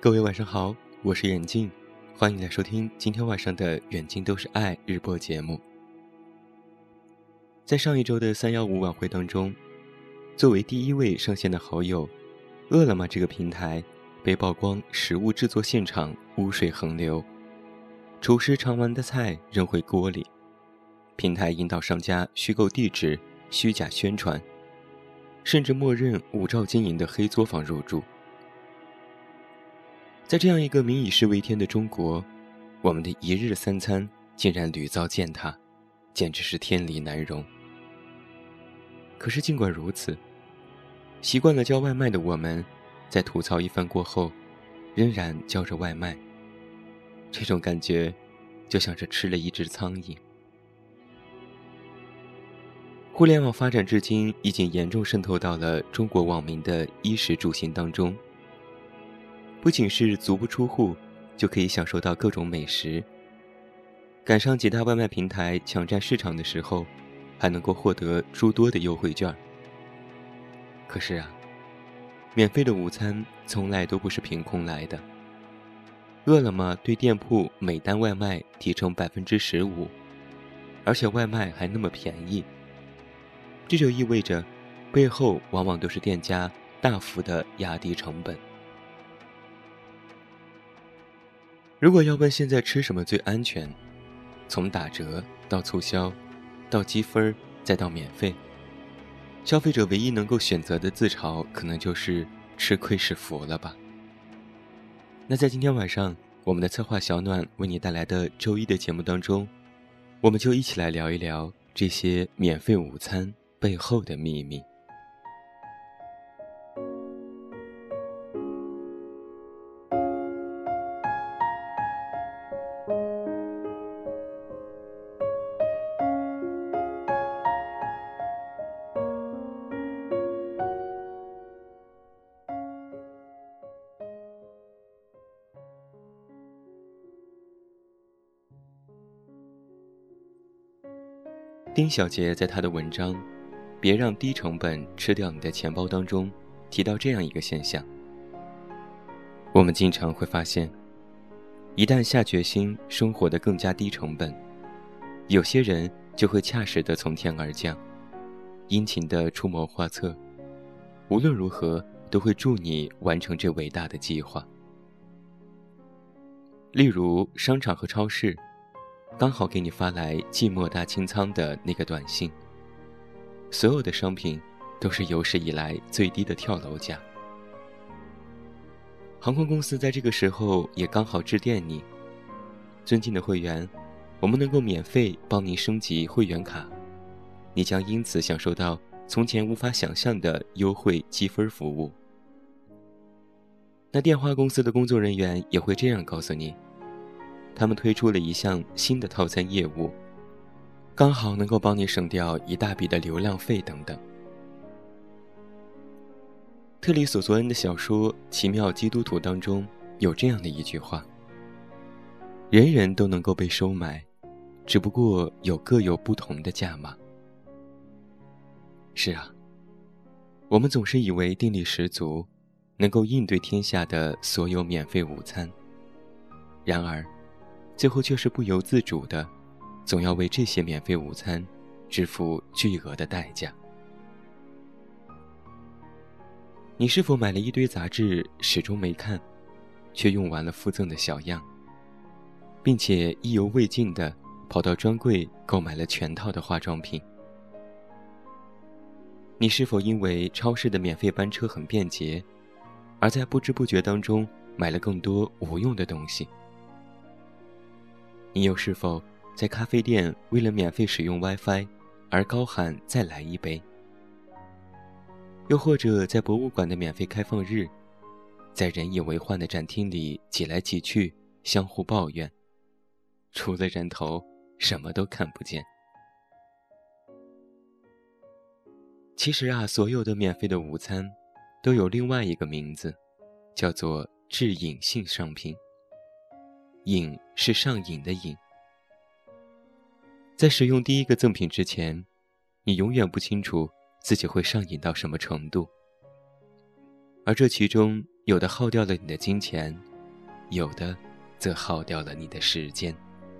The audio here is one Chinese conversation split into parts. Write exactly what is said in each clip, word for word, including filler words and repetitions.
各位晚上好，我是远近，欢迎来收听今天晚上的远近都是爱日播节目。在上一周的三一五晚会当中，作为第一位上线的好友，饿了么这个平台被曝光食物制作现场污水横流，厨师尝完的菜扔回锅里，平台引导商家虚构地址、虚假宣传，甚至默认无照经营的黑作坊入驻。在这样一个民以食为天的中国，我们的一日三餐竟然屡遭践踏，简直是天理难容。可是尽管如此，习惯了叫外卖的我们，在吐槽一番过后，仍然叫着外卖。这种感觉就像是吃了一只苍蝇。互联网发展至今，已经严重渗透到了中国网民的衣食住行当中。不仅是足不出户就可以享受到各种美食，赶上几大外卖平台抢占市场的时候，还能够获得诸多的优惠券。可是啊，免费的午餐从来都不是凭空来的。饿了么对店铺每单外卖提成 百分之十五， 而且外卖还那么便宜，这就意味着背后往往都是店家大幅的压低成本。如果要问现在吃什么最安全，从打折到促销到积分再到免费，消费者唯一能够选择的自嘲可能就是吃亏是福了吧。那在今天晚上我们的策划小暖为你带来的周一的节目当中，我们就一起来聊一聊这些免费午餐背后的秘密。丁小杰在他的文章《别让低成本吃掉你的钱包》当中提到这样一个现象：我们经常会发现，一旦下决心生活得更加低成本，有些人就会恰实地从天而降，殷勤地出谋划策，无论如何都会助你完成这伟大的计划。例如商场和超市刚好给你发来季末大清仓的那个短信，所有的商品都是有史以来最低的跳楼价。航空公司在这个时候也刚好致电你，尊敬的会员，我们能够免费帮您升级会员卡，你将因此享受到从前无法想象的优惠积分服务。那电话公司的工作人员也会这样告诉你，他们推出了一项新的套餐业务，刚好能够帮你省掉一大笔的流量费等等。特里索索恩的小说《奇妙基督徒》当中有这样的一句话：人人都能够被收买，只不过有各有不同的价码。是啊，我们总是以为定力十足，能够应对天下的所有免费午餐，然而最后却是不由自主的，总要为这些免费午餐支付巨额的代价。你是否买了一堆杂志始终没看，却用完了附赠的小样，并且意犹未尽地跑到专柜购买了全套的化妆品？你是否因为超市的免费班车很便捷，而在不知不觉当中买了更多无用的东西？你又是否在咖啡店为了免费使用 WiFi 而高喊再来一杯？又或者在博物馆的免费开放日，在人以为患的展厅里挤来挤去，相互抱怨，除了人头什么都看不见。其实啊，所有的免费的午餐都有另外一个名字，叫做致瘾性商品。瘾是上瘾的瘾。在使用第一个赠品之前，你永远不清楚自己会上瘾到什么程度，而这其中有的耗掉了你的金钱， 有的则耗掉了你的时间。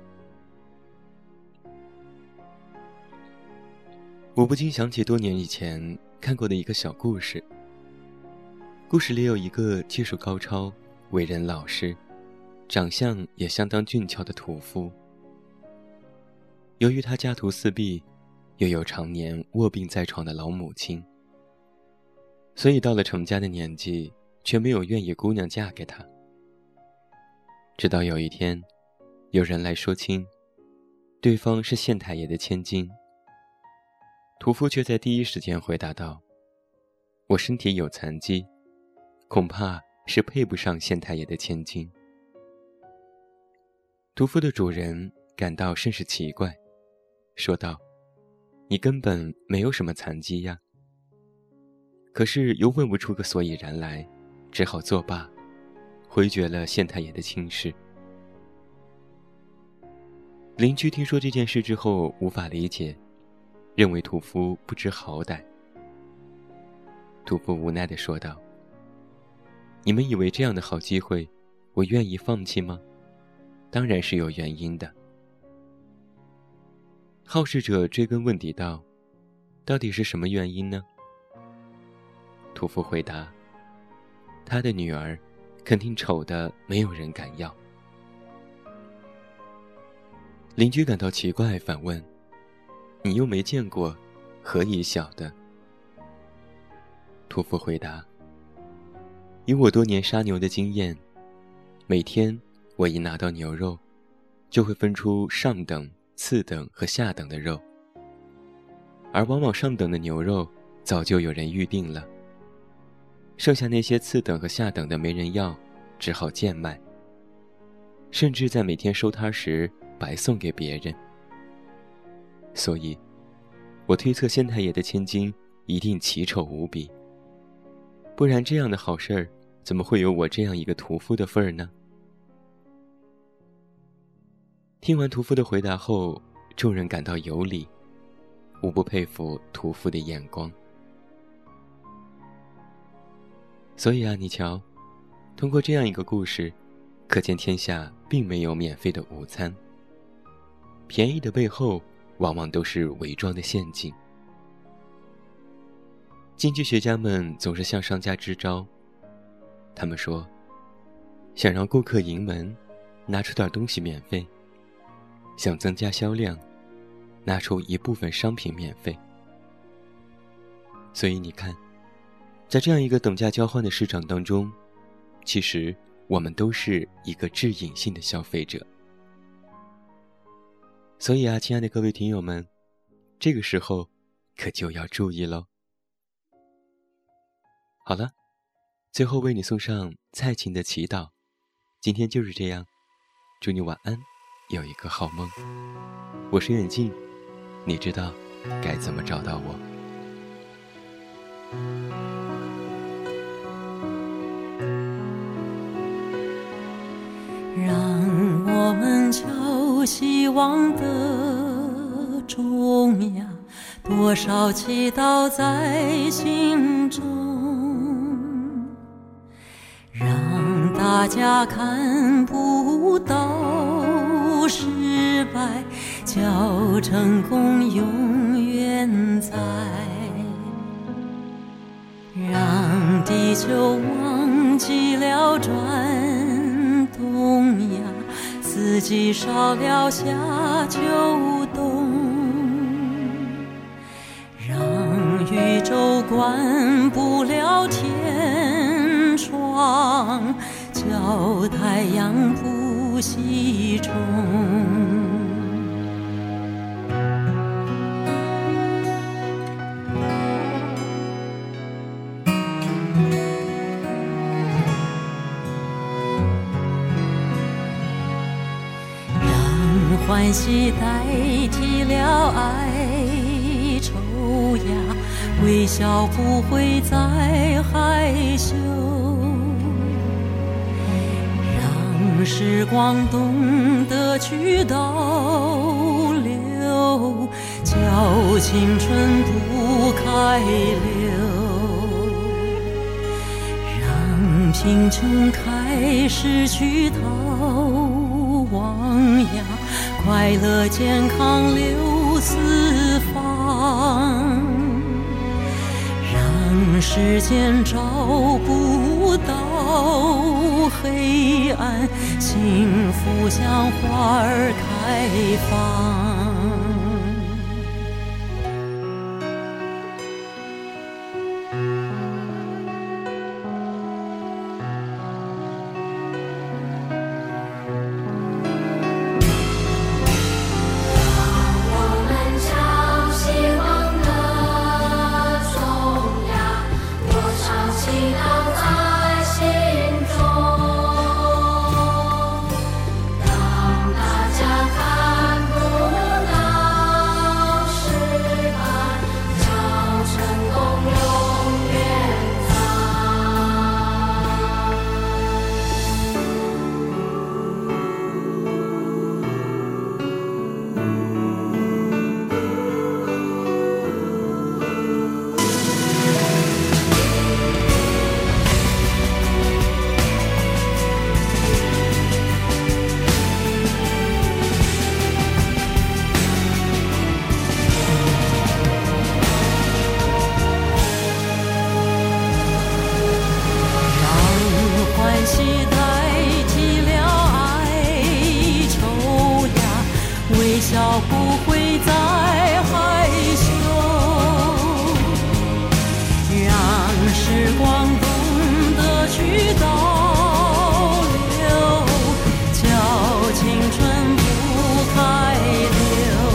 我不禁想起多年以前看过的一个小故事。故事里有一个技术高超、为人老实、长相也相当俊俏的屠夫。由于他家徒四壁，又有常年卧病在床的老母亲，所以到了成家的年纪，却没有愿意姑娘嫁给他。直到有一天，有人来说亲，对方是县太爷的千金。屠夫却在第一时间回答道：我身体有残疾，恐怕是配不上县太爷的千金。屠夫的主人感到甚是奇怪，说道：你根本没有什么残疾呀。可是又问不出个所以然来，只好作罢，回绝了县太爷的亲事。邻居听说这件事之后无法理解，认为屠夫不知好歹。屠夫无奈地说道：你们以为这样的好机会，我愿意放弃吗？当然是有原因的。好事者追根问底道：到底是什么原因呢？屠夫回答：他的女儿肯定丑的没有人敢要。邻居感到奇怪，反问：你又没见过，何以晓得？屠夫回答：以我多年杀牛的经验，每天我一拿到牛肉，就会分出上等、次等和下等的肉，而往往上等的牛肉早就有人预定了，剩下那些次等和下等的没人要，只好贱卖，甚至在每天收摊时白送给别人。所以我推测县太爷的千金一定奇丑无比，不然这样的好事儿怎么会有我这样一个屠夫的份儿呢？听完屠夫的回答后，众人感到有理，无不佩服屠夫的眼光。所以啊，你瞧，通过这样一个故事，可见天下并没有免费的午餐，便宜的背后往往都是伪装的陷阱。经济学家们总是向商家支招，他们说，想让顾客盈门，拿出点东西免费；想增加销量，拿出一部分商品免费。所以你看，在这样一个等价交换的市场当中，其实我们都是一个致隐性的消费者。所以啊，亲爱的各位听友们，这个时候可就要注意咯。好了，最后为你送上蔡琴的祈祷。今天就是这样，祝你晚安，有一个好梦。我是远近，你知道该怎么找到我。 让我们敲希望的钟呀，多少祈祷在心中，让大家看不到失败，叫成功永远在，让地球忘记了转动呀，四季少了夏秋冬，让宇宙关不了天窗，叫太阳不西冲。欢喜代替了哀愁呀，微笑不会再害羞，让时光懂得去倒流，叫青春不开溜，让贫穷开在市区逃亡呀，快乐健康流四方，让时间找不到黑暗，幸福像花儿开放。微笑不会再害羞，让时光懂得去倒流，叫青春不开溜，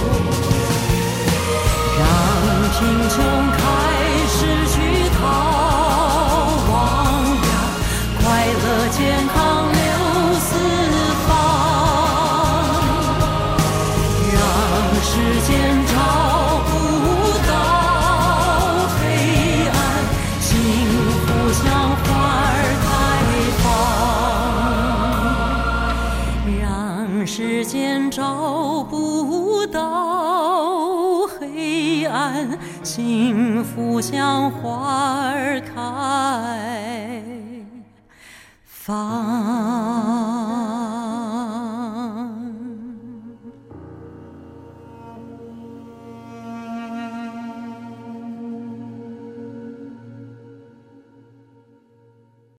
让贫穷开始去逃亡呀，快乐健康流四方。时间找不到黑暗，幸福像花儿开放。让时间找不到黑暗，幸福像花儿开放。